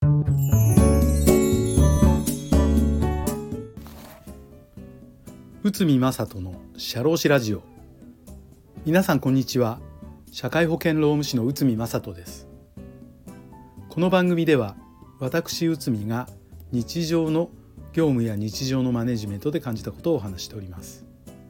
内海正人の社労士ラジオ。皆さんこんにちは。社会保険労務士の内海正人です。この番組では私内海が日常の業務や日常のマネジメントで感じたことをお話しております。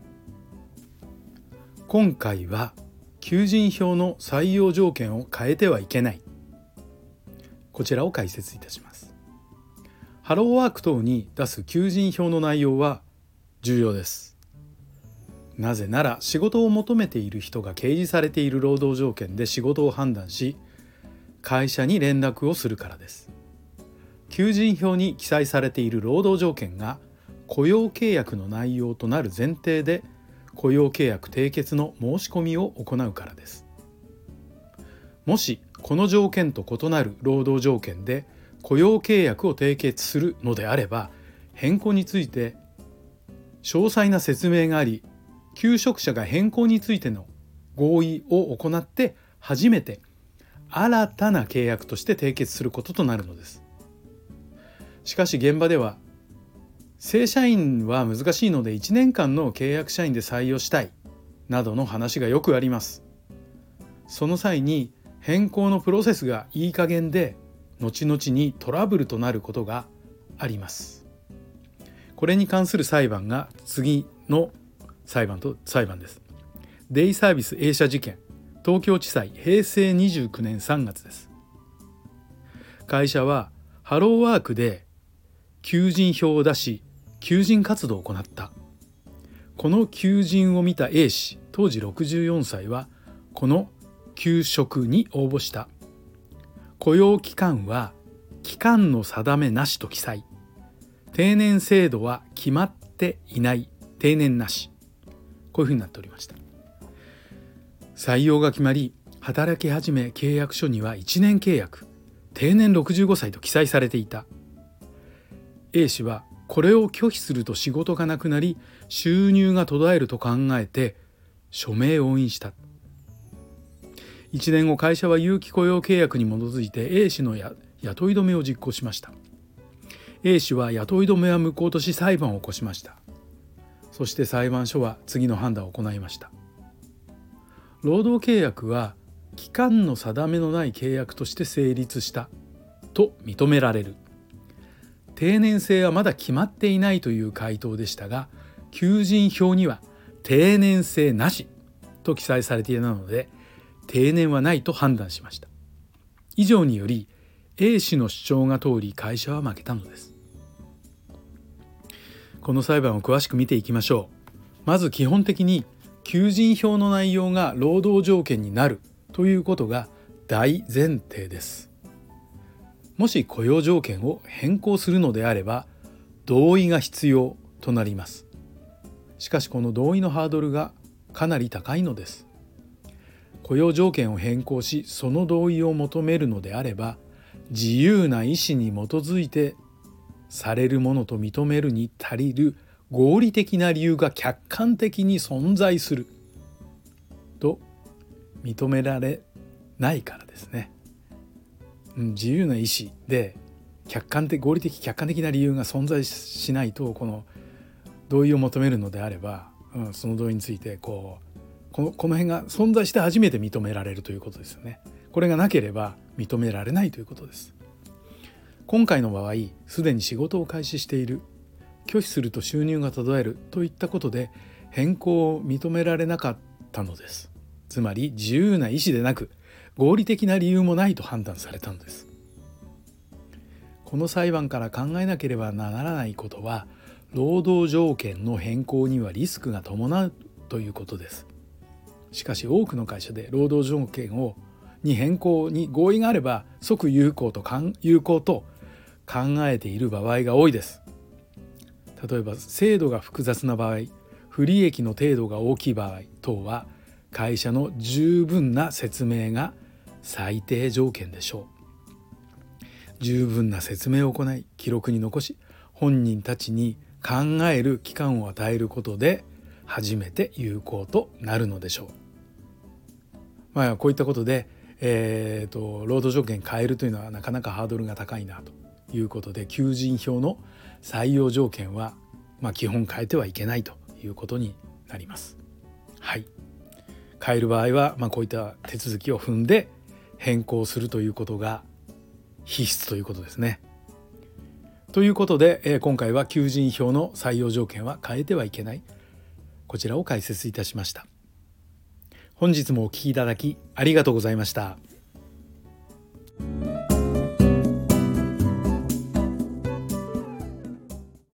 今回は求人票の採用条件を変えてはいけない、こちらを解説いたします。ハローワーク等に出す求人票の内容は重要です。なぜなら仕事を求めている人が掲示されている労働条件で仕事を判断し、会社に連絡をするからです。求人票に記載されている労働条件が雇用契約の内容となる前提で雇用契約締結の申し込みを行うからです。もしこの条件と異なる労働条件で雇用契約を締結するのであれば、変更について詳細な説明があり、求職者が変更についての合意を行って初めて新たな契約として締結することとなるのです。しかし現場では正社員は難しいので1年間の契約社員で採用したいなどの話がよくあります。その際に変更のプロセスがいい加減で後々にトラブルとなることがあります。これに関する裁判が次の裁判です。デイサービス A 社事件、東京地裁平成29年3月です。会社はハローワークで求人票を出し求人活動を行った。この求人を見た A 氏、当時64歳はこの求職に応募した。雇用期間は期間の定めなしと記載。定年制度は決まっていない、定年なし、こういうふうになっておりました。採用が決まり働き始め契約書には1年契約、定年65歳と記載されていた。 A 氏はこれを拒否すると仕事がなくなり収入が途絶えると考えて署名を印した。1年後会社は有期雇用契約に基づいて A 氏の雇い止めを実行しました。 A 氏は雇い止めは無効とし裁判を起こしました。そして裁判所は次の判断を行いました。労働契約は期間の定めのない契約として成立したと認められる。定年制はまだ決まっていないという回答でしたが、求人票には定年制なしと記載されていたので定年はないと判断しました。以上により A 氏の主張が通り会社は負けたのです。この裁判を詳しく見ていきましょう。まず基本的に求人票の内容が労働条件になるということが大前提です。もし雇用条件を変更するのであれば同意が必要となります。しかしこの同意のハードルがかなり高いのです。雇用条件を変更しその同意を求めるのであれば自由な意思に基づいてされるものと認めるに足りる合理的な理由が客観的に存在すると認められないからですね。自由な意思で合理的客観的な理由が存在しないとこの同意を求めるのであれば、その同意についてこの辺が存在して初めて認められるということですよね。これがなければ認められないということです。今回の場合すでに仕事を開始している、拒否すると収入が途絶えるといったことで変更を認められなかったのです。つまり自由な意思でなく合理的な理由もないと判断されたのです。この裁判から考えなければならないことは労働条件の変更にはリスクが伴うということです。しかし多くの会社で労働条件に変更に合意があれば即有効と考えている場合が多いです。例えば制度が複雑な場合、不利益の程度が大きい場合等は会社の十分な説明が最低条件でしょう。十分な説明を行い記録に残し本人たちに考える期間を与えることで初めて有効となるのでしょう。こういったことで労働条件変えるというのはなかなかハードルが高いなということで、求人票の採用条件は基本変えてはいけないということになります。はい、変える場合は、こういった手続きを踏んで変更するということが必須ということですね。ということで、今回は求人票の採用条件は変えてはいけない、こちらを解説いたしました。本日もお聞きいただきありがとうございました。